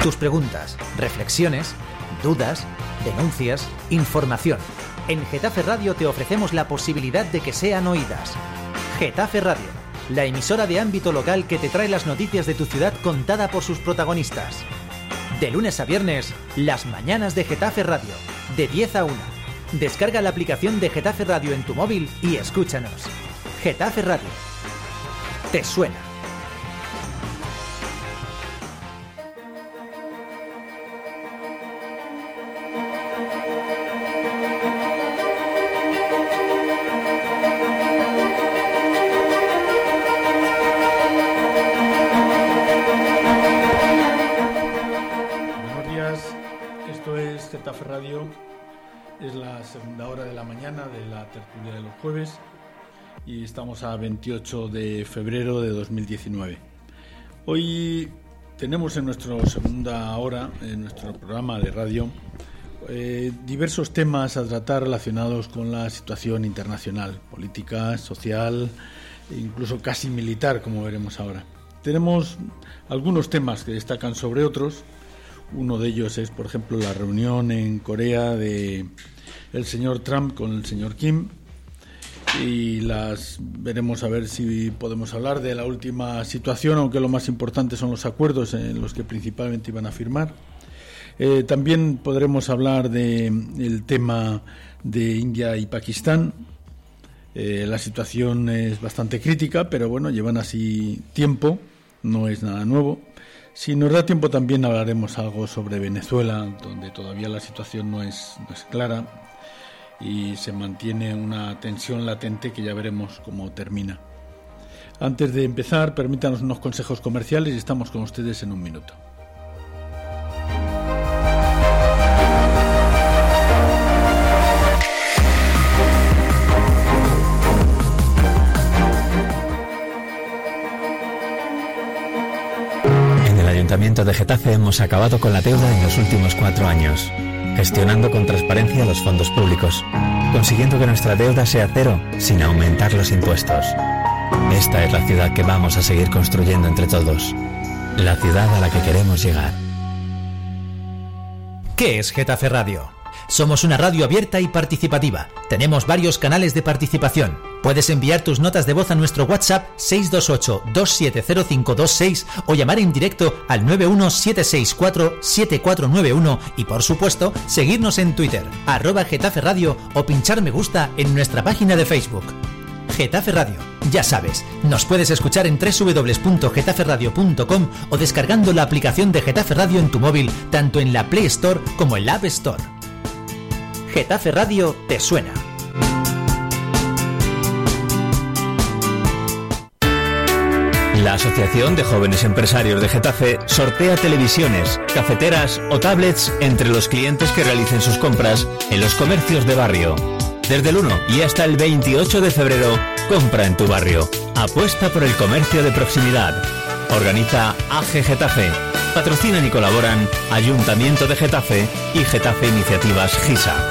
Tus preguntas, reflexiones, dudas, denuncias, información. En Getafe Radio te ofrecemos la posibilidad de que sean oídas. Getafe Radio, la emisora de ámbito local que te trae las noticias de tu ciudad contada por sus protagonistas. De lunes a viernes, las mañanas de Getafe Radio, de 10 a 1. Descarga la aplicación de Getafe Radio en tu móvil y escúchanos. Getafe Radio. ¿Te suena? Getafe Radio, es la segunda hora de la mañana de la tertulia de los jueves y estamos a 28 de febrero de 2019. Hoy tenemos en nuestra segunda hora, en nuestro programa de radio, diversos temas a tratar relacionados con la situación internacional, política, social e incluso casi militar, como veremos ahora. Tenemos algunos temas que destacan sobre otros. Uno de ellos es, por ejemplo, la reunión en Corea de el señor Trump con el señor Kim, y veremos a ver si podemos hablar de la última situación, aunque lo más importante son los acuerdos en los que principalmente iban a firmar. También podremos hablar del tema de India y Pakistán. La situación es bastante crítica, pero bueno, llevan así tiempo, no es nada nuevo. Si nos da tiempo también hablaremos algo sobre Venezuela, donde todavía la situación no es clara y se mantiene una tensión latente que ya veremos cómo termina. Antes de empezar, permítanos unos consejos comerciales y estamos con ustedes en un minuto. En el Ayuntamiento de Getafe hemos acabado con la deuda en los últimos 4 años, gestionando con transparencia los fondos públicos, consiguiendo que nuestra deuda sea cero sin aumentar los impuestos. Esta es la ciudad que vamos a seguir construyendo entre todos, la ciudad a la que queremos llegar. ¿Qué es Getafe Radio? Somos una radio abierta y participativa. Tenemos varios canales de participación. Puedes enviar tus notas de voz a nuestro WhatsApp 628-270526 o llamar en directo al 91764-7491 y, por supuesto, seguirnos en Twitter, @Getafe Radio, o pinchar me gusta en nuestra página de Facebook. Getafe Radio, ya sabes, nos puedes escuchar en www.getaferadio.com o descargando la aplicación de Getafe Radio en tu móvil, tanto en la Play Store como en la App Store. Getafe Radio te suena. La Asociación de Jóvenes Empresarios de Getafe sortea televisiones, cafeteras o tablets entre los clientes que realicen sus compras en los comercios de barrio. Desde el 1 y hasta el 28 de febrero, compra en tu barrio. Apuesta por el comercio de proximidad. Organiza AG Getafe. Patrocinan y colaboran Ayuntamiento de Getafe y Getafe Iniciativas GISA.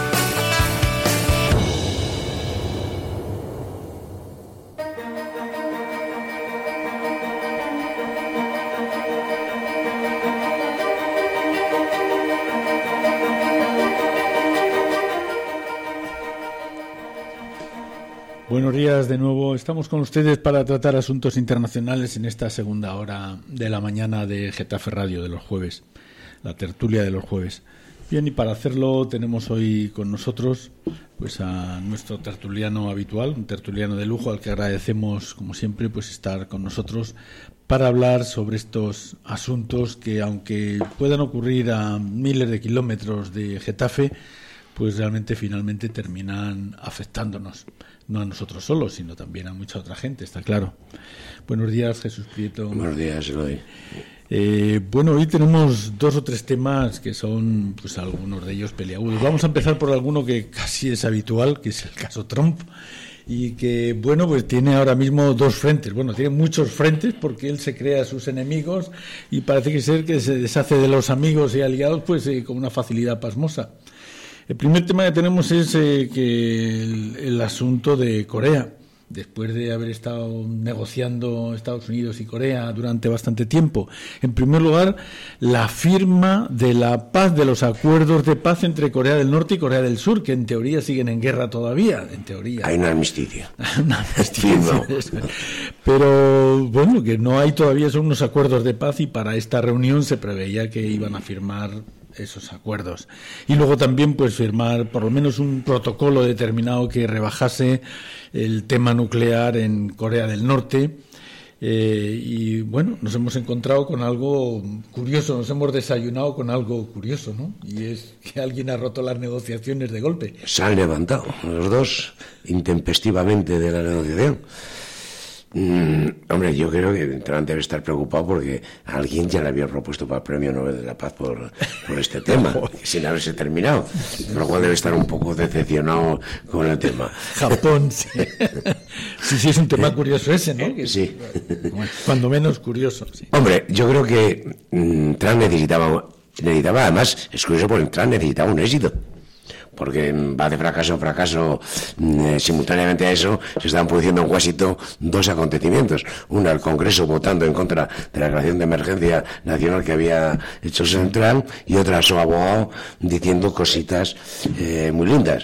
Buenos días de nuevo. Estamos con ustedes para tratar asuntos internacionales en esta segunda hora de la mañana de Getafe Radio de los jueves, la tertulia de los jueves. Bien, y para hacerlo tenemos hoy con nosotros pues a nuestro tertuliano habitual, un tertuliano de lujo al que agradecemos, como siempre, pues estar con nosotros para hablar sobre estos asuntos que, aunque puedan ocurrir a miles de kilómetros de Getafe, pues realmente finalmente terminan afectándonos. No a nosotros solos, sino también a mucha otra gente, está claro. Buenos días, Jesús Prieto. Buenos días, Eloy. Bueno, hoy tenemos 2 o 3 temas que son, pues algunos de ellos peliagudos. Vamos a empezar por alguno que casi es habitual, que es el caso Trump, y que, bueno, pues tiene ahora mismo 2 frentes. Bueno, tiene muchos frentes porque él se crea a sus enemigos y parece que se deshace de los amigos y aliados pues con una facilidad pasmosa. El primer tema que tenemos es que el asunto de Corea. después de haber estado negociando Estados Unidos y Corea durante bastante tiempo. En primer lugar, la firma de la paz, de los acuerdos de paz entre Corea del Norte y Corea del Sur, que en teoría siguen en guerra todavía, en teoría. Hay un armisticio. Un armisticio. Pero bueno, que no hay todavía, son unos acuerdos de paz, y para esta reunión se preveía que iban a firmar esos acuerdos. Y luego también pues firmar por lo menos un protocolo determinado que rebajase el tema nuclear en Corea del Norte. Y bueno, nos hemos encontrado con algo curioso, nos hemos desayunado con algo curioso, ¿no? Y es que alguien ha roto las negociaciones de golpe. Se han levantado los dos intempestivamente de la negociación. Hombre, yo creo que Trump debe estar preocupado porque alguien ya le había propuesto para el Premio Nobel de la Paz por este tema, sin haberse terminado, con lo cual debe estar un poco decepcionado con el tema. Japón, sí. Sí, es un tema curioso ese, ¿no? Sí. Bueno, cuando menos curioso, sí. Hombre, yo creo que Trump necesitaba, además, es curioso porque Trump necesitaba un éxito. Porque va de fracaso en fracaso, simultáneamente a eso se están produciendo en Washington dos acontecimientos. Uno, el Congreso votando en contra de la creación de emergencia nacional que había hecho Trump, y otra, su abogado diciendo cositas muy lindas.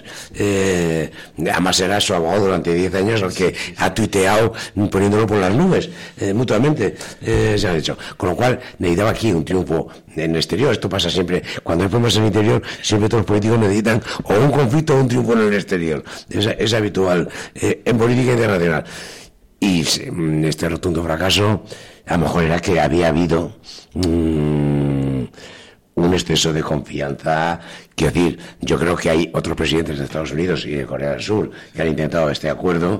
Además era su abogado durante 10 años el que ha tuiteado poniéndolo por las nubes, mutuamente, se han hecho. Con lo cual necesitaba aquí un triunfo en el exterior. Esto pasa siempre, cuando hay problemas en el interior, siempre todos los políticos necesitan o un conflicto o un triunfo en el exterior. Es habitual en política internacional. Y este rotundo fracaso, a lo mejor era que había habido un exceso de confianza. Quiero decir, yo creo que hay otros presidentes de Estados Unidos y de Corea del Sur que han intentado este acuerdo,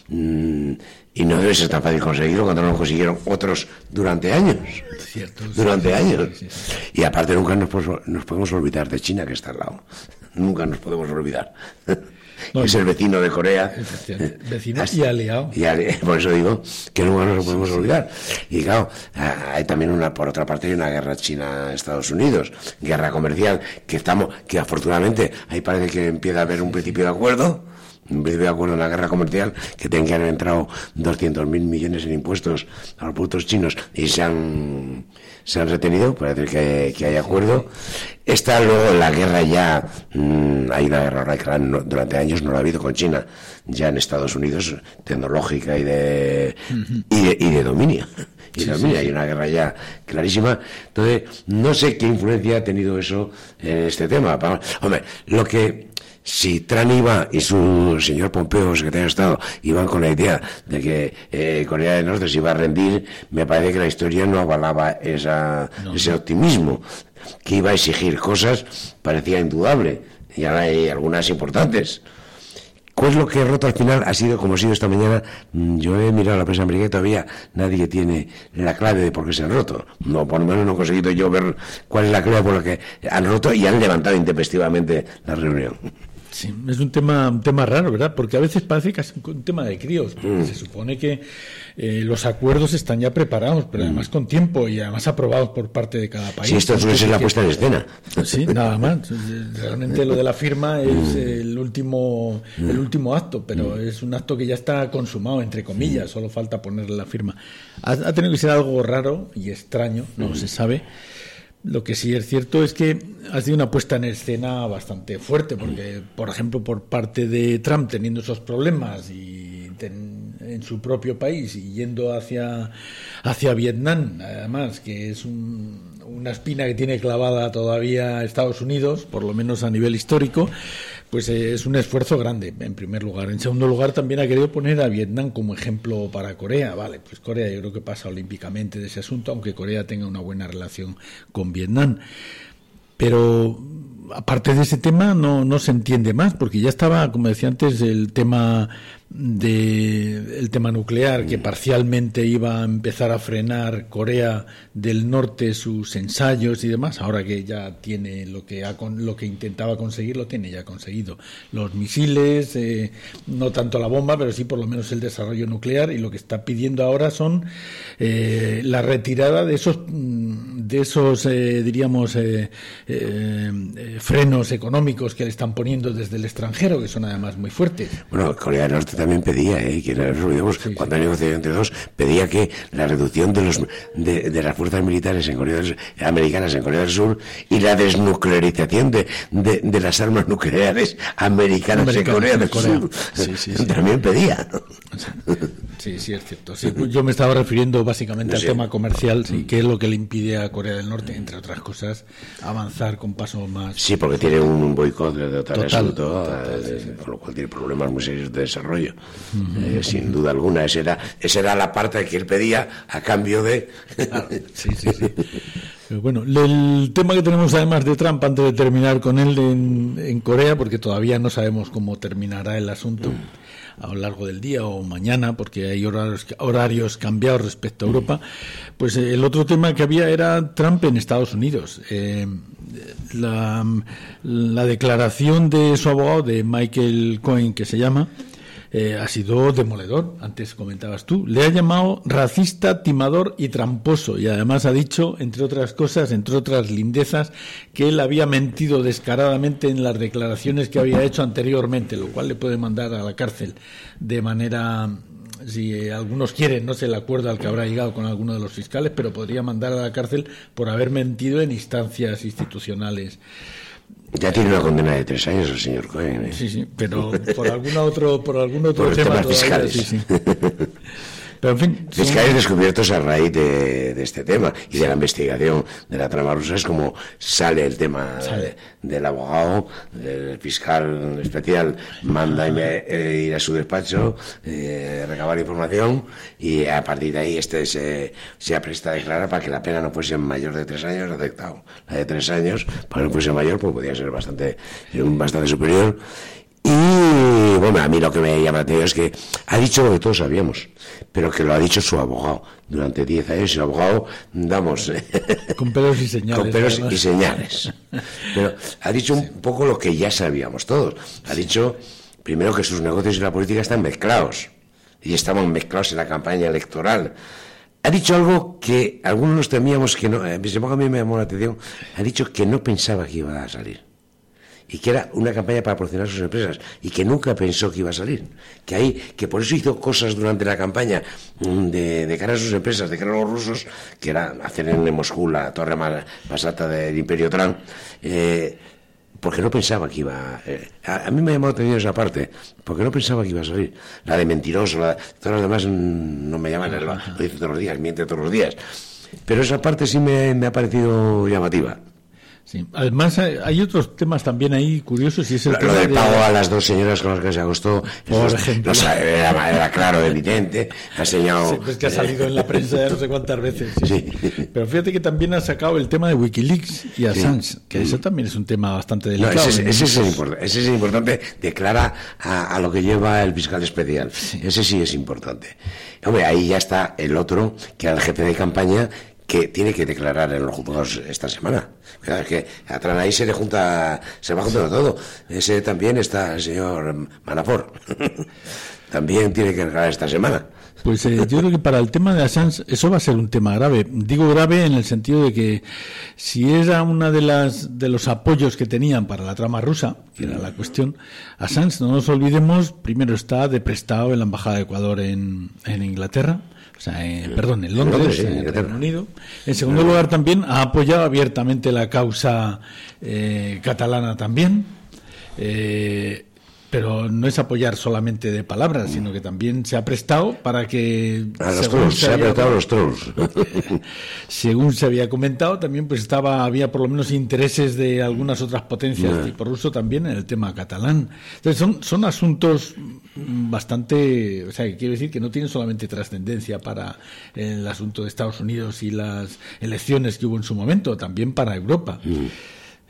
y no debe ser tan fácil conseguirlo cuando no lo consiguieron otros durante años. Cierto, durante años. Sí. Y aparte nunca nos podemos olvidar de China, que está al lado. Nunca nos podemos olvidar. No, es el vecino de Corea. Vecino y aliado. Por eso digo que nunca nos lo podemos olvidar. Y claro, hay también por otra parte, hay una guerra China-Estados Unidos, guerra comercial, que afortunadamente ahí parece que empieza a haber un principio de acuerdo. En la guerra comercial, que tenían que haber entrado 200.000 millones en impuestos a los productos chinos y se han retenido, parece que hay acuerdo. Está luego la guerra ya, hay una guerra durante años, no la ha habido con China, ya en Estados Unidos, tecnológica y de dominio. Hay una guerra ya clarísima. Entonces, no sé qué influencia ha tenido eso en este tema. Hombre, si Trump iba y su señor Pompeo, secretario de Estado, iban con la idea de que Corea del Norte se iba a rendir, me parece que la historia no avalaba ese optimismo. Que iba a exigir cosas parecía indudable, y ahora hay algunas importantes. ¿Cuál es lo que ha roto al final? Ha sido como ha sido esta mañana. Yo he mirado la prensa americana y todavía nadie tiene la clave de por qué se han roto. No, por lo menos no he conseguido yo ver cuál es la clave por la que han roto y han levantado intempestivamente la reunión. Sí, es un tema raro, ¿verdad? Porque a veces parece que es un tema de críos. Se supone que los acuerdos están ya preparados, pero además con tiempo y además aprobados por parte de cada país. Sí, esto suele ser la puesta en escena. Sí, nada más. Realmente lo de la firma es el último acto, pero es un acto que ya está consumado, entre comillas, solo falta ponerle la firma. Ha tenido que ser algo raro y extraño, no se sabe. Lo que sí es cierto es que ha sido una puesta en escena bastante fuerte, porque, por ejemplo, por parte de Trump, teniendo esos problemas y en su propio país y yendo hacia Vietnam, además, que es una espina que tiene clavada todavía Estados Unidos, por lo menos a nivel histórico, pues es un esfuerzo grande, en primer lugar. En segundo lugar, también ha querido poner a Vietnam como ejemplo para Corea. Vale, pues Corea yo creo que pasa olímpicamente de ese asunto, aunque Corea tenga una buena relación con Vietnam. Pero aparte de ese tema no se entiende más, porque ya estaba, como decía antes, el tema de el tema nuclear, que parcialmente iba a empezar a frenar Corea del Norte sus ensayos y demás, ahora que ya tiene lo que intentaba conseguir, lo tiene ya conseguido. Los misiles, no tanto la bomba, pero sí por lo menos el desarrollo nuclear, y lo que está pidiendo ahora son la retirada de esos diríamos, frenos económicos que le están poniendo desde el extranjero, que son además muy fuertes. Bueno, Corea del Norte también pedía, que no nos olvidemos, cuando hay negociación entre dos, pedía que la reducción de las fuerzas militares americanas en Corea del Sur y la desnuclearización de las armas nucleares americanas en Corea del Sur. Sí. También pedía, ¿no? Sí, es cierto. Sí, yo me estaba refiriendo básicamente al tema comercial, que es lo que le impide a Corea del Norte, entre otras cosas, avanzar con pasos más... Sí, porque tiene un boicot de total absoluto, con lo cual tiene problemas muy serios de desarrollo. Sin duda alguna, esa era la parte que él pedía a cambio de... Claro, sí. Pero bueno, el tema que tenemos además de Trump, antes de terminar con él en Corea, porque todavía no sabemos cómo terminará el asunto a lo largo del día o mañana, porque hay horarios cambiados respecto a Europa, pues el otro tema que había era Trump en Estados Unidos. La declaración de su abogado, de Michael Cohen, que se llama, ha sido demoledor. Antes comentabas tú, le ha llamado racista, timador y tramposo, y además ha dicho, entre otras cosas, entre otras lindezas, que él había mentido descaradamente en las declaraciones que había hecho anteriormente, lo cual le puede mandar a la cárcel de manera, si algunos quieren, no sé el acuerdo al que habrá llegado con alguno de los fiscales, pero podría mandar a la cárcel por haber mentido en instancias institucionales. Ya tiene una condena de 3 años el señor Cohen. Sí, pero por algún otro por tema temas fiscales. Sí. Pero en fin, fiscales descubiertos a raíz de este tema y de la investigación de la trama rusa. Es como sale el tema del abogado, el fiscal especial manda ir a su despacho, recabar información, y a partir de ahí se apresta a declarar para que la pena no fuese mayor de 3 años, aceptado. La de 3 años, para que no fuese mayor, pues podía ser bastante superior. Y bueno, a mí lo que me llama la atención es que ha dicho lo que todos sabíamos, pero que lo ha dicho su abogado durante 10 años, y el abogado, con pelos y señales. Con pelos y señales. Pero ha dicho un poco lo que ya sabíamos todos. Ha dicho, primero, que sus negocios y la política están mezclados, y estaban mezclados en la campaña electoral. Ha dicho algo que algunos temíamos que no, a mí me llamó la atención. Ha dicho que no pensaba que iba a salir, y que era una campaña para promocionar sus empresas, y que nunca pensó que iba a salir, que por eso hizo cosas durante la campaña de cara a sus empresas, de cara a los rusos, que era hacer en Moscú la torre más alta del Imperio Trump, porque no pensaba que iba a mí me llamó la atención esa parte, porque no pensaba que iba a salir. La de mentiroso, todas las demás no me llaman, lo dice todos los días, miente todos los días, pero esa parte sí me ha parecido llamativa. Sí. Además, hay otros temas también ahí curiosos, y es el lo del pago a las 2 señoras con las que se acostó, por ejemplo. Era claro, evidente. Ha enseñado. Sí, pues que ha salido en la prensa ya no sé cuántas veces. Sí. Pero fíjate que también ha sacado el tema de Wikileaks y Assange, que eso también es un tema bastante delicado. No, ese es importante, de cara a lo que lleva el fiscal especial. Sí. Ese sí es importante. Hombre, ahí ya está el otro, que era el jefe de campaña, que tiene que declarar en los juzgados esta semana. Claro, es que atrás ahí se va juntando todo. Ese también está el señor Manafort. También tiene que declarar esta semana. Pues yo creo que para el tema de Assange eso va a ser un tema grave. Digo grave en el sentido de que si era una de los apoyos que tenían para la trama rusa, que era la cuestión, Assange, no nos olvidemos, primero está de prestado en la embajada de Ecuador en Inglaterra. En Londres, en el Reino Unido. En segundo lugar, también ha apoyado abiertamente la causa catalana también, pero no es apoyar solamente de palabras, sino que también se ha prestado para que... Se ha prestado a los trolls. Según se había comentado, también pues había por lo menos intereses de algunas otras potencias tipo ruso también en el tema catalán. Entonces son asuntos bastante, o sea, que quiero decir que no tienen solamente trascendencia para el asunto de Estados Unidos y las elecciones que hubo en su momento, también para Europa.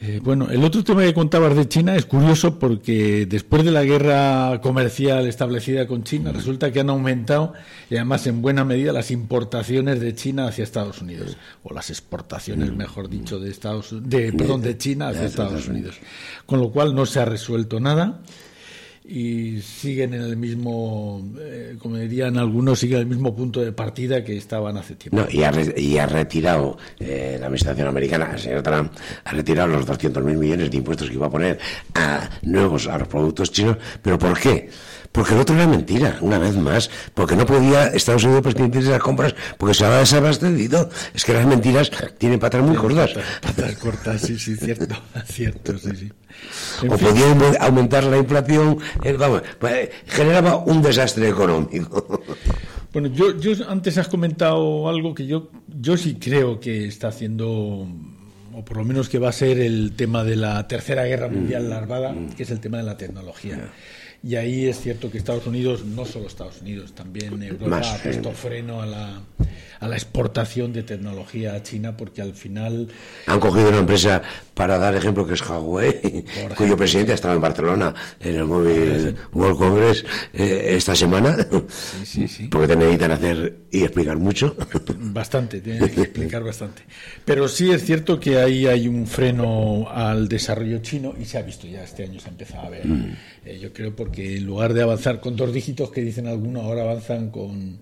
Bueno, el otro tema que contabas de China es curioso porque después de la guerra comercial establecida con China, resulta que han aumentado, y además en buena medida, las importaciones de China hacia Estados Unidos, o las exportaciones, mejor dicho, de China hacia Estados Unidos. Con lo cual no se ha resuelto nada y siguen en el mismo, como dirían algunos, siguen en el mismo punto de partida que estaban hace tiempo. No, y ha retirado la administración americana, el señor Trump, ha retirado los 200.000 millones de impuestos que iba a poner a los productos chinos. ¿Pero por qué? Porque el otro era mentira, una vez más, porque no podía Estados Unidos permitirse las compras porque se había desabastecido. Es que las mentiras tienen patas muy cortas. Patas cortas, sí, cierto, sí. O podía aumentar la inflación, generaba un desastre económico. Bueno, yo antes has comentado algo que yo sí creo que está haciendo, o por lo menos que va a ser el tema de la Tercera Guerra Mundial larvada, que es el tema de la tecnología. Y ahí es cierto que Estados Unidos, no solo Estados Unidos, también Europa ha puesto freno a la exportación de tecnología a China, porque al final... Han cogido una empresa, para dar ejemplo, que es Huawei, cuyo presidente ha estado en Barcelona en el Mobile World Congress esta semana, sí. Porque te necesitan hacer y explicar mucho. Bastante, tienen que explicar bastante. Pero sí es cierto que ahí hay un freno al desarrollo chino, y se ha visto ya, este año se ha empezado a ver. Yo creo porque en lugar de avanzar con 2 dígitos, que dicen algunos, ahora avanzan con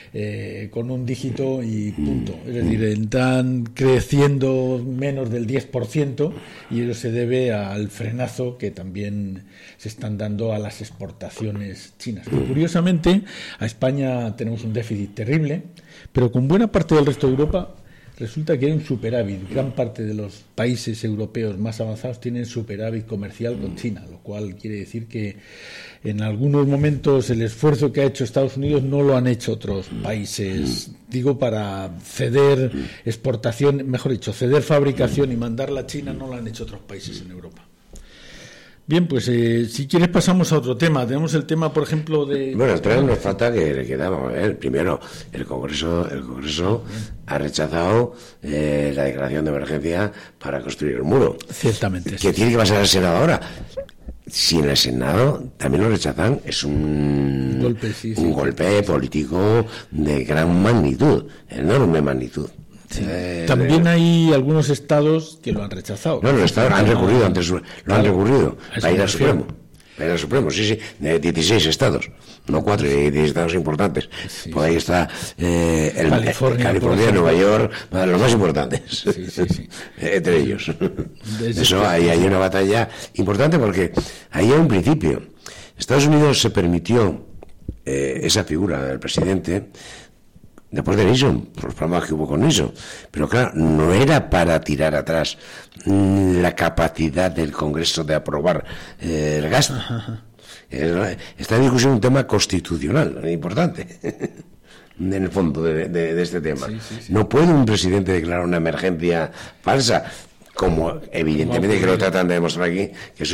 1 dígito y punto. Es decir, están creciendo menos del 10%, y eso se debe al frenazo que también se están dando a las exportaciones chinas. Y curiosamente, a España tenemos un déficit terrible, pero con buena parte del resto de Europa resulta que hay un superávit. Gran parte de los países europeos más avanzados tienen superávit comercial con China, lo cual quiere decir que en algunos momentos el esfuerzo que ha hecho Estados Unidos no lo han hecho otros países, digo, para ceder exportación, mejor dicho, ceder fabricación y mandarla a China, no lo han hecho otros países en Europa. Bien, pues si quieres pasamos a otro tema. Tenemos el tema, por ejemplo, de... Bueno, entonces nos falta que le quedamos. Primero, el Congreso ha rechazado la declaración de emergencia para construir el muro. Ciertamente. Que tiene que pasar al Senado ahora. Si en el Senado también lo rechazan, es un golpe político de gran magnitud, enorme magnitud. Sí. También hay algunos estados que lo han rechazado. No, los estados han recurrido han recurrido para ir al Supremo. Para ir al Supremo, sí, de 16 estados, no 4, 16 estados importantes. Sí, pues ahí está California, Nueva York, los más importantes. Sí. Entre ellos. Eso, ahí hay una batalla importante porque ahí hay un principio. Estados Unidos se permitió esa figura del presidente después de Nixon, por los problemas que hubo con Nixon. Pero claro, no era para tirar atrás la capacidad del Congreso de aprobar el gasto. Está en discusión un tema constitucional importante, en el fondo de este tema. Sí. No puede un presidente declarar una emergencia falsa, como evidentemente que lo tratan de demostrar aquí,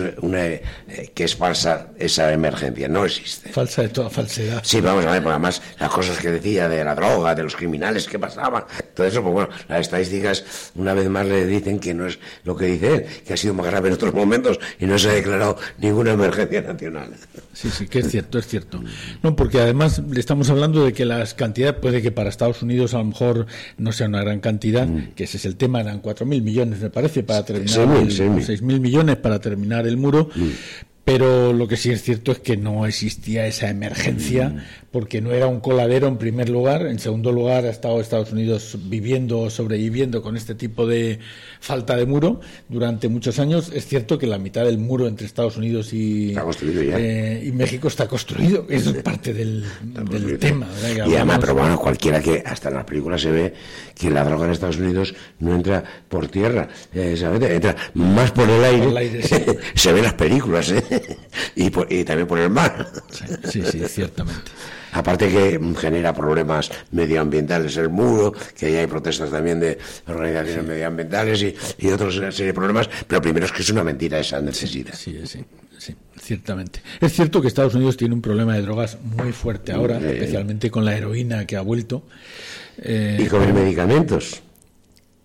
que es falsa esa emergencia, no existe. Falsa de toda falsedad. Sí, vamos a ver, porque además las cosas que decía de la droga, de los criminales que pasaban, todo eso, pues bueno, las estadísticas una vez más le dicen que no es lo que dice él, que ha sido más grave en otros momentos y no se ha declarado ninguna emergencia nacional. Sí, que es cierto. No, porque además le estamos hablando de que las cantidades, puede que para Estados Unidos a lo mejor no sea una gran cantidad, que ese es el tema, eran 4.000 millones, me parece, para terminar 6.000 millones para terminar el muro, pero lo que sí es cierto es que no existía esa emergencia, porque no era un coladero en primer lugar. En segundo lugar, ha estado Estados Unidos sobreviviendo con este tipo de falta de muro durante muchos años. Es cierto que la mitad del muro entre Estados Unidos y México está construido. Eso es parte del tema, ¿verdad? Y además, pero bueno, cualquiera que hasta en las películas se ve que la droga en Estados Unidos no entra por tierra, entra más por el aire. Sí. Se ven las películas, y también por el mar. Sí, ciertamente. Aparte que genera problemas medioambientales el muro, que ahí hay protestas también de organizaciones medioambientales y otra serie de problemas, pero primero es que es una mentira esa necesidad. Sí, ciertamente. Es cierto que Estados Unidos tiene un problema de drogas muy fuerte ahora, especialmente con la heroína que ha vuelto. Y con los medicamentos.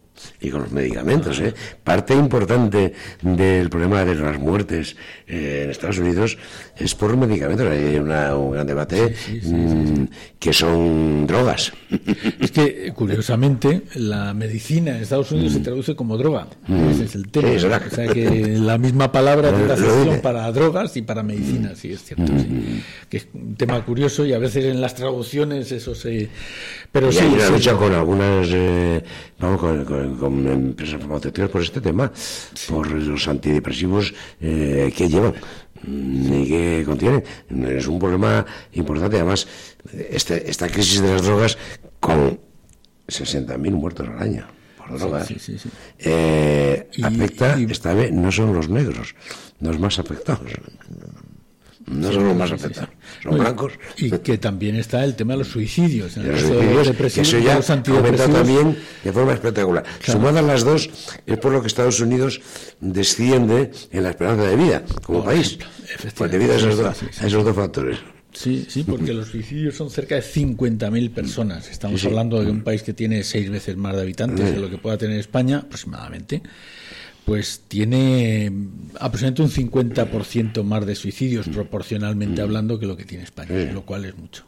y con los medicamentos. Parte importante del problema de las muertes en Estados Unidos es por los medicamentos. Hay un gran debate que son drogas. Es que, curiosamente, la medicina en Estados Unidos se traduce como droga. Ese es el tema. Sí, o sea que la misma palabra tiene acepción para drogas y para medicina, sí, es cierto. Sí. Que es un tema curioso y a veces en las traducciones eso se... Pero y hay una lucha con algunas con empresas farmacéuticas por este tema, por los antidepresivos que llevan y que contienen. Es un problema importante. Además, esta crisis de las drogas, con 60.000 muertos al año por drogas, afecta, esta vez no son los negros los más afectados. No son los más afectados, son blancos. Y que también está el tema de los suicidios. Los suicidios, que eso ya aumenta también de forma espectacular. Claro. Sumadas las dos, es por lo que Estados Unidos desciende en la esperanza de vida como país, pues debido a esos dos factores. Sí, porque los suicidios son cerca de 50.000 personas. Estamos hablando de un país que tiene 6 veces más de habitantes de lo que pueda tener España, aproximadamente. Pues tiene aproximadamente un 50% más de suicidios proporcionalmente hablando que lo que tiene España, lo cual es mucho.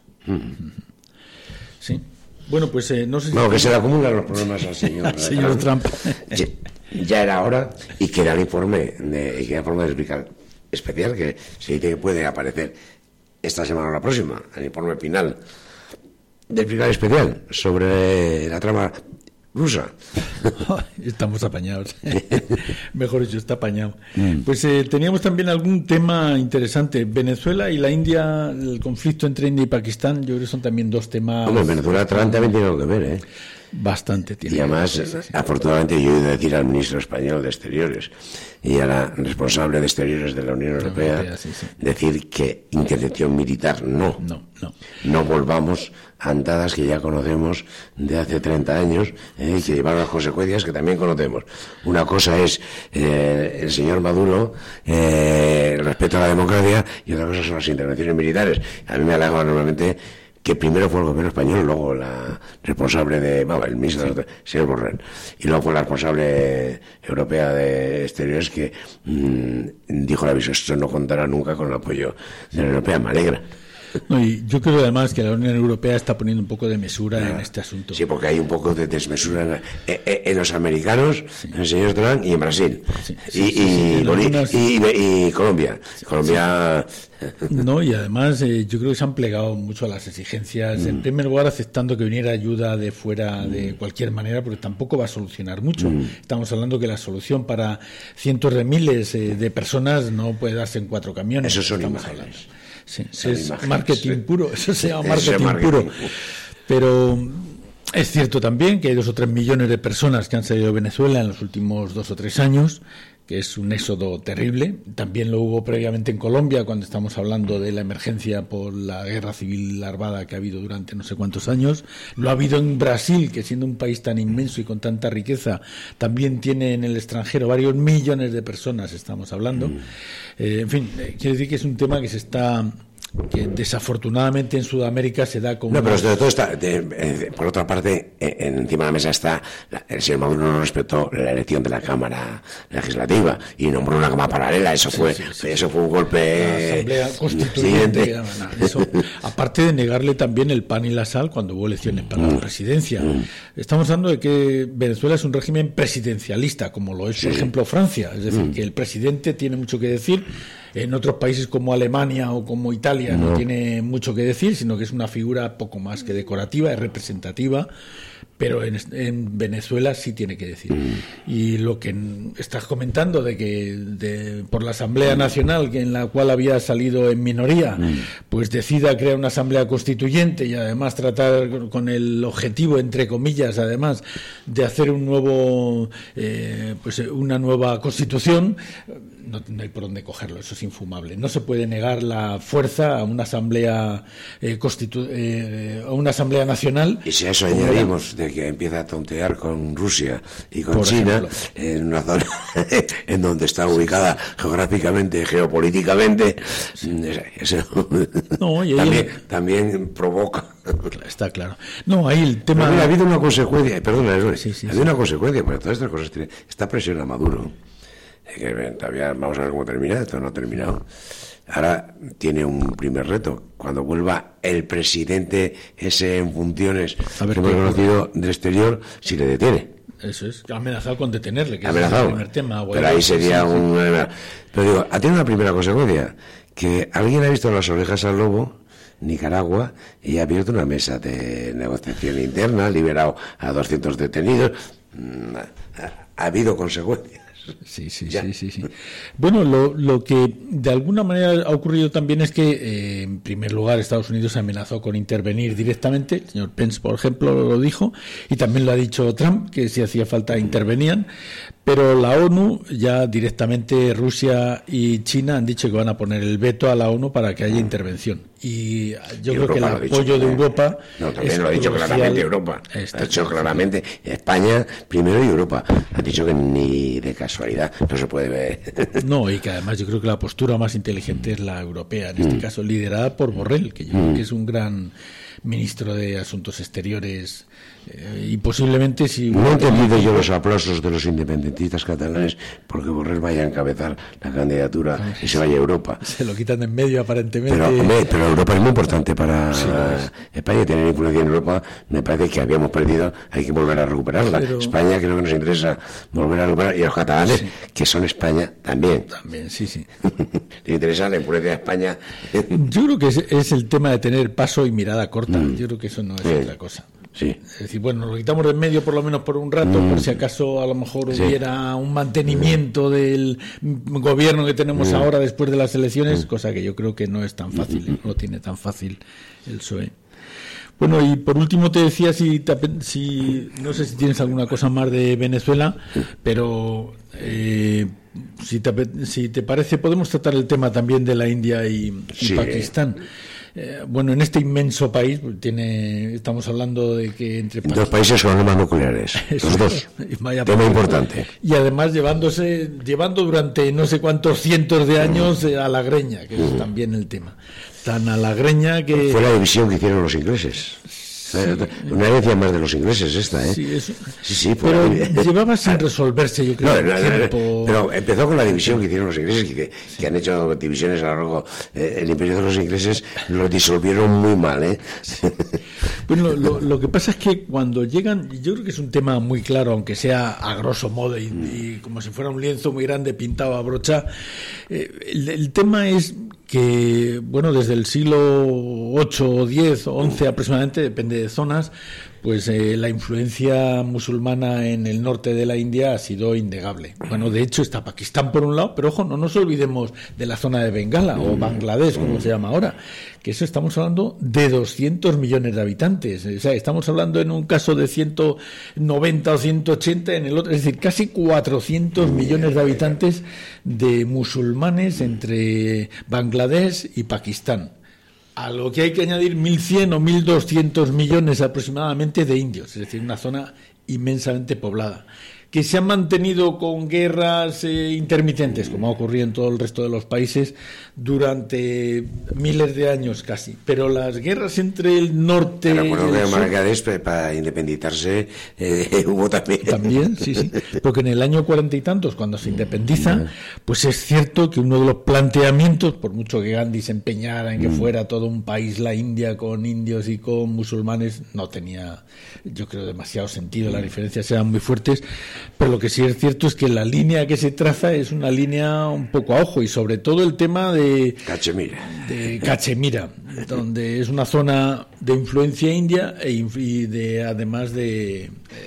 Sí. Bueno, pues no sé si... Bueno, que se le acumulan los problemas al señor Trump. Ya era hora, y queda el informe de especial que se dice que puede aparecer esta semana o la próxima, el informe final del fiscal especial sobre la trama rusa. Estamos apañados. Mejor dicho, está apañado. Pues teníamos también algún tema interesante. Venezuela y la India, el conflicto entre India y Pakistán, yo creo que son también dos temas... Hombre, Venezuela también tiene algo que ver, Bastante tiene. Y además, afortunadamente, yo he de decir al ministro español de Exteriores y a la responsable de Exteriores de la Unión Europea, decir que intervención militar no volvamos a andadas que ya conocemos de hace 30 años, que llevaron las consecuencias que también conocemos. Una cosa es el señor Maduro, el respeto a la democracia, y otra cosa son las intervenciones militares. A mí me alegra normalmente que primero fue el gobierno español, luego la responsable el ministro, señor Borrell, y luego fue la responsable europea de Exteriores que dijo el aviso: esto no contará nunca con el apoyo de la Unión Europea. Me alegra. No, y yo creo además que la Unión Europea está poniendo un poco de mesura en este asunto. Sí, porque hay un poco de desmesura en los americanos, en el señor Trump, y en Brasil. Y Colombia. Colombia... No, y además yo creo que se han plegado mucho a las exigencias, en primer lugar aceptando que viniera ayuda de fuera de cualquier manera, porque tampoco va a solucionar mucho. Estamos hablando que la solución para cientos de miles de personas no puede darse en 4 camiones. Eso son imágenes. Sí, es marketing puro, eso se llama marketing puro. Pero es cierto también que hay 2 o 3 millones de personas que han salido de Venezuela en los últimos 2 o 3 años, que es un éxodo terrible. También lo hubo previamente en Colombia, cuando estamos hablando de la emergencia por la guerra civil armada que ha habido durante no sé cuántos años. Lo ha habido en Brasil, que siendo un país tan inmenso y con tanta riqueza, también tiene en el extranjero varios millones de personas, estamos hablando. En fin, quiero decir que es un tema que desafortunadamente en Sudamérica se da como... No, pero sobre todo está, por otra parte, encima de la mesa está, el señor Maduro no respetó la elección de la Cámara Legislativa y nombró una Cámara paralela. Eso fue un golpe... La Asamblea Constituyente. Eso, aparte de negarle también el pan y la sal cuando hubo elecciones para la presidencia. Estamos hablando de que Venezuela es un régimen presidencialista, como lo es, por ejemplo, Francia. Es decir, que el presidente tiene mucho que decir. En otros países como Alemania o como Italia no tiene mucho que decir, sino que es una figura poco más que decorativa, es representativa, pero en Venezuela sí tiene que decir. Y lo que estás comentando de que por la Asamblea Nacional, en la cual había salido en minoría, pues decida crear una Asamblea Constituyente y además tratar con el objetivo, entre comillas, además, de hacer un nuevo una nueva Constitución, no hay por dónde cogerlo, eso es infumable. No se puede negar la fuerza a una asamblea a una asamblea nacional. Y si a eso añadimos de que empieza a tontear con Rusia y con China, ejemplo, en una zona en donde está ubicada geográficamente, geopolíticamente, eso no, y también provoca. Está claro. No, ahí el tema... Ha habido una consecuencia, perdona, habido una consecuencia, porque todas estas cosas tienen esta presión a Maduro, que todavía vamos a ver cómo termina, esto no ha terminado. Ahora tiene un primer reto, cuando vuelva el presidente ese en funciones que hemos conocido del exterior, si le detiene. Eso es, amenazado con detenerle, que amenazado, es el primer tema. Pero ahí sería Pero digo, ha tenido una primera consecuencia, que alguien ha visto las orejas al lobo, Nicaragua, y ha abierto una mesa de negociación interna, ha liberado a 200 detenidos. Ha habido consecuencias. Sí. Bueno, lo que de alguna manera ha ocurrido también es que, en primer lugar, Estados Unidos amenazó con intervenir directamente. El señor Pence, por ejemplo, lo dijo, y también lo ha dicho Trump, que si hacía falta intervenían. Pero la ONU, ya directamente Rusia y China han dicho que van a poner el veto a la ONU para que haya intervención. Y yo creo que el apoyo de Europa... No, también lo ha dicho claramente Europa. Ha dicho claramente España primero y Europa. Ha dicho que ni de casualidad no se puede ver. No, y que además yo creo que la postura más inteligente es la europea, en este caso liderada por Borrell, que yo creo que es un gran ministro de Asuntos Exteriores, y posiblemente si... No he entendido yo los aplausos de los independentistas catalanes porque Borrell vaya a encabezar la candidatura y se vaya a Europa. Se lo quitan de en medio aparentemente. Pero Europa es muy importante para España. Tener influencia en Europa, me parece que habíamos perdido, hay que volver a recuperarla. España creo que nos interesa volver a recuperar, y los catalanes, que son España, también. Sí. ¿Te interesa la influencia de España? Yo creo que es el tema de tener paso y mirada corta. Yo creo que eso no es otra cosa. Sí. Es decir, bueno, lo quitamos de en medio por lo menos por un rato, por si acaso a lo mejor hubiera un mantenimiento del gobierno que tenemos ahora después de las elecciones, cosa que yo creo que no es tan fácil, no tiene tan fácil el PSOE. Bueno, y por último te decía si no sé si tienes alguna cosa más de Venezuela, pero si te parece podemos tratar el tema también de la India y Pakistán. Bueno, en este inmenso país estamos hablando de que entre dos países con armas nucleares, los dos, tema importante, y además llevando durante no sé cuántos cientos de años a la greña, que es también el tema, tan a la greña que fue la división que hicieron los ingleses. Una herencia más de los ingleses esta, ¿eh? Sí, pero llevaba sin resolverse, yo creo. Pero empezó con la división que hicieron los ingleses, que han hecho divisiones a lo largo. El imperio de los ingleses lo disolvieron muy mal, ¿eh? Bueno, lo que pasa es que cuando llegan, yo creo que es un tema muy claro, aunque sea a grosso modo y como si fuera un lienzo muy grande pintado a brocha, el tema es que, bueno, desde el siglo VIII, X o XI aproximadamente, depende de zonas, pues la influencia musulmana en el norte de la India ha sido innegable. Bueno, de hecho está Pakistán por un lado, pero ojo, no nos olvidemos de la zona de Bengala o Bangladesh, como se llama ahora, que eso estamos hablando de 200 millones de habitantes. O sea, estamos hablando en un caso de 190 o 180, en el otro, es decir, casi 400 millones de habitantes de musulmanes entre Bangladesh y Pakistán. A lo que hay que añadir 1.100 o 1.200 millones aproximadamente de indios, es decir, una zona inmensamente poblada, que se han mantenido con guerras intermitentes, como ha ocurrido en todo el resto de los países, durante miles de años casi. Pero las guerras entre el norte y el sur... Bangladesh, para independizarse, hubo también... También, sí. Porque en el año 40 y tantos, cuando se independiza, pues es cierto que uno de los planteamientos, por mucho que Gandhi se empeñara en que fuera todo un país, la India, con indios y con musulmanes, no tenía, yo creo, demasiado sentido. Las diferencias eran muy fuertes. Pero lo que sí es cierto es que la línea que se traza es una línea un poco a ojo, y sobre todo el tema de Cachemira, donde es una zona de influencia india y además de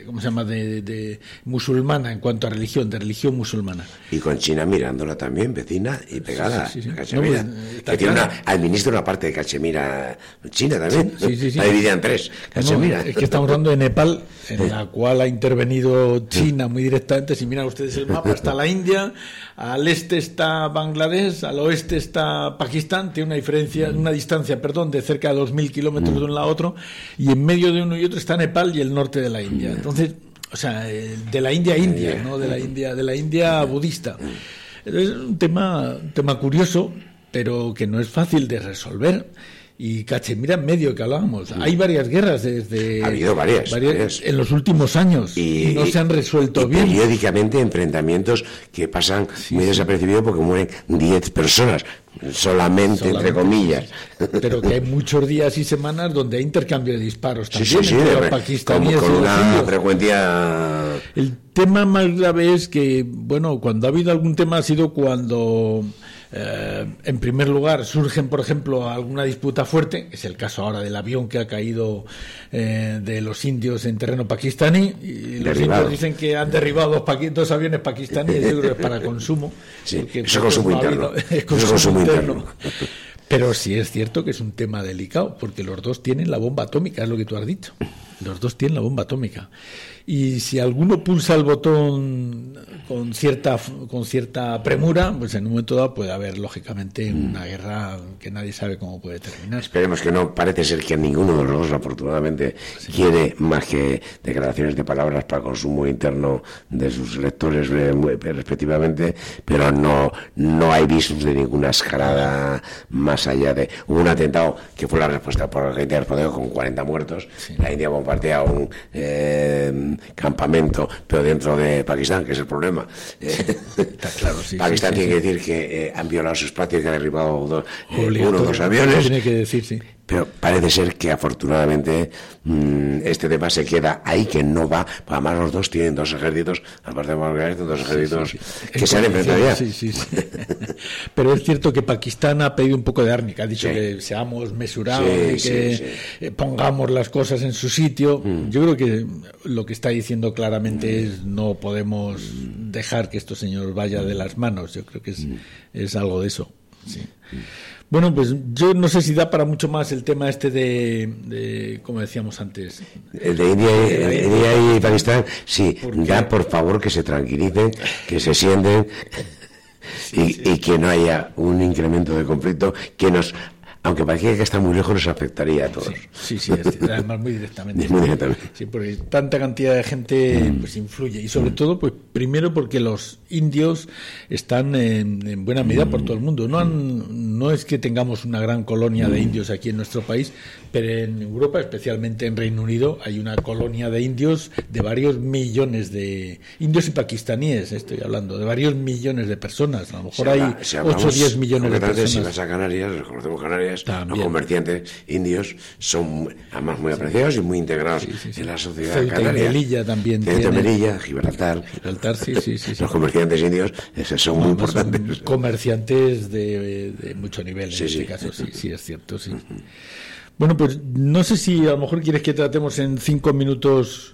¿cómo se llama?, de musulmana en cuanto a religión, de religión musulmana. Y con China mirándola también, vecina y pegada, Sí. Cachemira. No, que tiene administra una parte de Cachemira China también. Sí. Está dividida en tres, Cachemira. Es que estamos hablando de Nepal, en la cual ha intervenido China muy directamente. Si miran ustedes el mapa, está la India, al este está Bangladesh, al oeste está Pakistán, tiene una distancia de cerca de 2.000 kilómetros de un lado a otro, y en medio de uno y otro está Nepal y el norte de la India. Entonces, o sea, de la India, ¿no? De la India budista. Es un tema curioso, pero que no es fácil de resolver. Y Cachemira en medio, que hablábamos. Hay varias guerras desde... Ha habido varias. En los últimos años y no se han resuelto bien. Periódicamente enfrentamientos que pasan muy desapercibidos porque mueren 10 personas. Solamente, entre comillas. Pero que hay muchos días y semanas donde hay intercambio de disparos también entre los pakistaníes con y los una indios. frecuencia. El tema más grave es que, bueno, cuando ha habido algún tema ha sido cuando... en primer lugar surgen, por ejemplo, alguna disputa fuerte, es el caso ahora del avión que ha caído de los indios en terreno pakistaní, y los indios dicen que han derribado dos aviones pakistaníes. Yo creo que es para consumo. Sí, eso es consumo interno. Es consumo interno. Pero sí es cierto que es un tema delicado, porque los dos tienen la bomba atómica, es lo que tú has dicho. Los dos tienen la bomba atómica. Y si alguno pulsa el botón con cierta premura, pues en un momento dado puede haber, lógicamente, una guerra que nadie sabe cómo puede terminar. Esperemos que no. Parece ser que ninguno de los dos, afortunadamente, quiere más que declaraciones de palabras para consumo interno de sus electores respectivamente, pero no hay visos de ninguna escalada más allá de... Hubo un atentado que fue la respuesta por la India respondió con 40 muertos. Sí. La India bombardea un campamento, pero dentro de Pakistán, que es el problema. Está claro, Pakistán tiene que decir que han violado su espacio y que han derribado uno o dos aviones. Tiene que decir, sí. Pero parece ser que afortunadamente este tema se queda ahí, que no va. Además los dos tienen dos ejércitos, aparte de Bangladesh, dos ejércitos que se han enfrentado ya. Sí. Pero es cierto que Pakistán ha pedido un poco de árnica, ha dicho que seamos mesurados, que pongamos las cosas en su sitio. Yo creo que lo que está diciendo claramente es no podemos dejar que esto, señor, vaya de las manos. Yo creo que es algo de eso. Sí. Bueno, pues yo no sé si da para mucho más el tema este de como decíamos antes. El de India y Pakistán, sí, da por favor que se tranquilicen, que se sienten y que no haya un incremento de conflicto que nos... Aunque parecía que está muy lejos, nos afectaría a todos. Sí, además muy directamente. Muy directamente. Sí, porque tanta cantidad de gente pues influye. Y sobre todo, pues primero porque los indios están en buena medida por todo el mundo. No es que tengamos una gran colonia de indios aquí en nuestro país, pero en Europa, especialmente en Reino Unido, hay una colonia de indios de varios millones de... Indios y pakistaníes, estoy hablando, de varios millones de personas. A lo mejor hay 8 o 10 millones de personas. Si vas a Canarias, reconocemos Canarias, los comerciantes indios son además muy apreciados y muy integrados en la sociedad canaria. Melilla también. Melilla, Gibraltar, sí. Los comerciantes indios son muy importantes. Son comerciantes de mucho nivel en este caso, sí, es cierto, sí. Bueno, pues no sé si a lo mejor quieres que tratemos en 5 minutos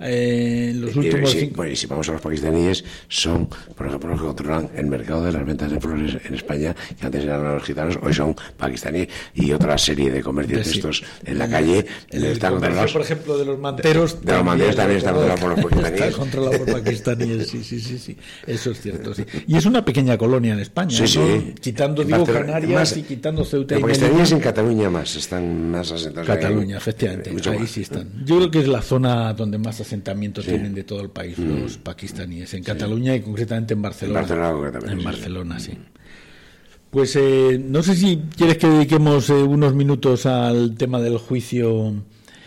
los últimos 5. Bueno, y si vamos a los pakistaníes, son, por ejemplo, los que controlan el mercado de las ventas de flores en España, que antes eran los gitanos, hoy son pakistaníes, y otra serie de comercios estos en la calle. Están controlados, por ejemplo, de los manteros. De los manteros también están controlados por los pakistaníes. Está controlado por pakistaníes, sí. Eso es cierto, sí. Y es una pequeña colonia en España, ¿no? Quitando, Canarias y quitando Ceuta y Melilla. Los pakistaníes en Cataluña más, están más asentados. Cataluña, efectivamente, ahí sí están. Yo creo que es la zona donde más asentamientos tienen de todo el país, los pakistaníes, en Cataluña y concretamente en Barcelona. En Barcelona, sí. Pues no sé si quieres que dediquemos unos minutos al tema del juicio,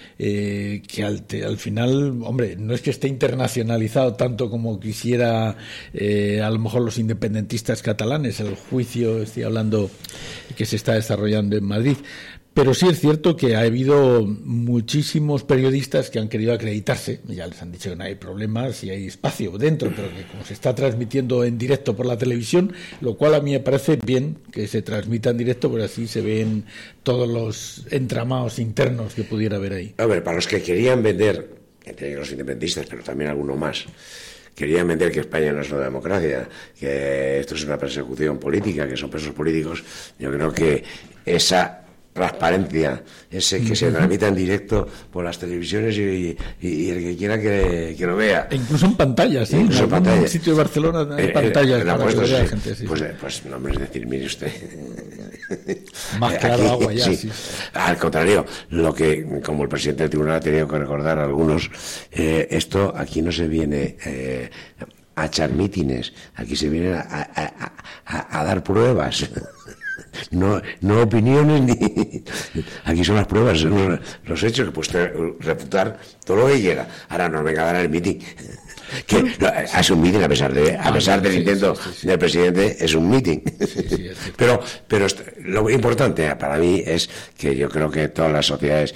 que al final, hombre, no es que esté internacionalizado tanto como quisiera a lo mejor los independentistas catalanes, el juicio, estoy hablando, que se está desarrollando en Madrid. Pero sí es cierto que ha habido muchísimos periodistas que han querido acreditarse, ya les han dicho que no hay problema, si hay espacio dentro, pero que como se está transmitiendo en directo por la televisión, lo cual a mí me parece bien que se transmita en directo, porque así se ven todos los entramados internos que pudiera haber ahí. A ver, para los que querían vender entre los independentistas, pero también alguno más, querían vender que España no es una democracia, que esto es una persecución política, que son presos políticos. Yo creo que esa transparencia, ese que se transmita en directo por las televisiones y el que quiera que lo vea. E incluso en pantallas, ¿eh? Incluso en pantallas. En sitio de Barcelona hay pantallas para que vea la gente. Sí. Pues no me es decir, mire usted. Más claro agua ya, sí. Al contrario, lo que, como el presidente del tribunal ha tenido que recordar a algunos, esto aquí no se viene a echar mítines, aquí se viene a dar pruebas. No opiniones ni... Aquí son las pruebas, son los hechos que puede refutar todo lo que llega. Ahora no venga a dar el mitin. Que es un mitin a pesar del intento del presidente, es un mitin. Pero lo importante para mí es que yo creo que todas las sociedades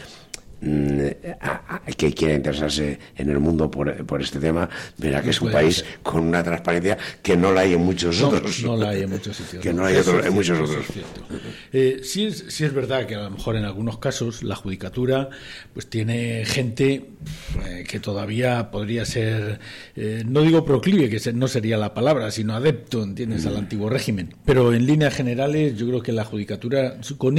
que quiera interesarse en el mundo por este tema verá que es un país con una transparencia que no la hay en muchos otros. No la hay en muchos sitios. Que no hay en muchos otros. Sí es verdad que a lo mejor en algunos casos la judicatura pues tiene gente que todavía podría ser, no digo proclive, que no sería la palabra, sino adepto, ¿entiendes?, al antiguo régimen. Pero en líneas generales yo creo que la judicatura con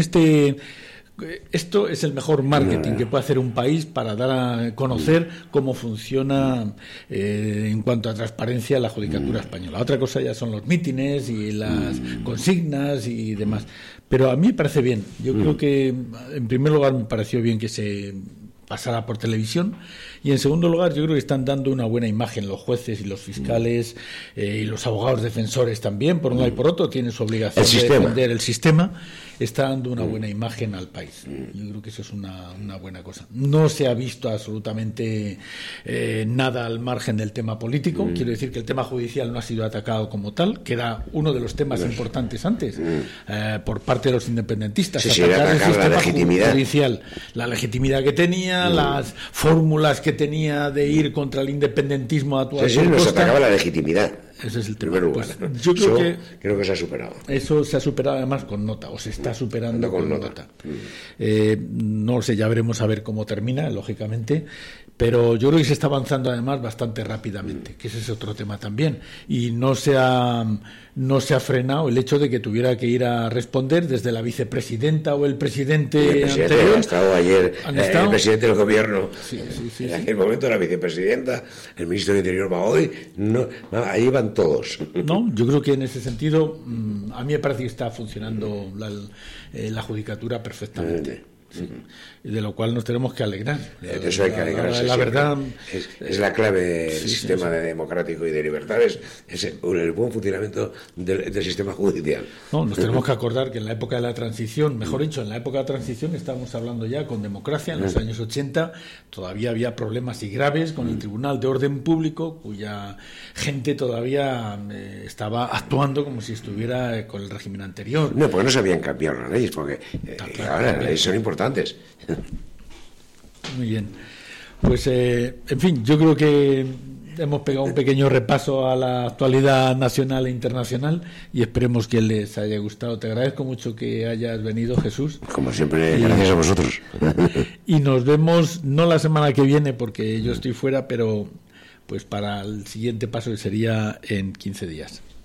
esto es el mejor marketing que puede hacer un país para dar a conocer cómo funciona en cuanto a transparencia la judicatura española. Otra cosa ya son los mítines y las consignas y demás. Pero a mí me parece bien. Yo creo que, en primer lugar, me pareció bien que se pasara por televisión, y en segundo lugar yo creo que están dando una buena imagen los jueces y los fiscales y los abogados defensores también, por un lado y por otro, tienen su obligación de defender el sistema. Está dando una buena imagen al país. Yo creo que eso es una buena cosa. No se ha visto absolutamente nada al margen del tema político. Quiero decir que el tema judicial no ha sido atacado como tal, que era uno de los temas importantes antes por parte de los independentistas. Atacar el sistema la legitimidad judicial, la legitimidad que tenía, las fórmulas que tenía de ir contra el independentismo actual. Sí, nos atacaba la legitimidad. Ese es el tema. Pues, yo creo que se ha superado. Eso se ha superado además con nota, o se está superando con nota. No lo sé, ya veremos a ver cómo termina, lógicamente, pero yo creo que se está avanzando además bastante rápidamente, que ese es otro tema también, y no se ha frenado el hecho de que tuviera que ir a responder desde la vicepresidenta o el presidente anterior. Ha estado ayer el presidente del gobierno, en aquel momento la vicepresidenta, el ministro del Interior va hoy, ahí van todos. No, yo creo que en ese sentido a mí me parece que está funcionando la judicatura perfectamente. Sí. De lo cual nos tenemos que alegrar. De eso hay que alegrarse. La verdad es la clave del sistema democrático y de libertades, es el buen funcionamiento del sistema judicial. No, nos tenemos que acordar que en la época de la transición, mejor dicho, en la época de la transición estábamos hablando ya con democracia, en los años 80 todavía había problemas y graves con el Tribunal de Orden Público, cuya gente todavía estaba actuando como si estuviera con el régimen anterior. No, porque no se habían cambiado las leyes, porque ahora las leyes son importantes. Muy bien. Pues, en fin, yo creo que hemos pegado un pequeño repaso a la actualidad nacional e internacional y esperemos que les haya gustado. Te agradezco mucho que hayas venido, Jesús. Como siempre, gracias a vosotros. Y nos vemos, no la semana que viene, porque yo estoy fuera, pero pues para el siguiente paso sería en 15 días.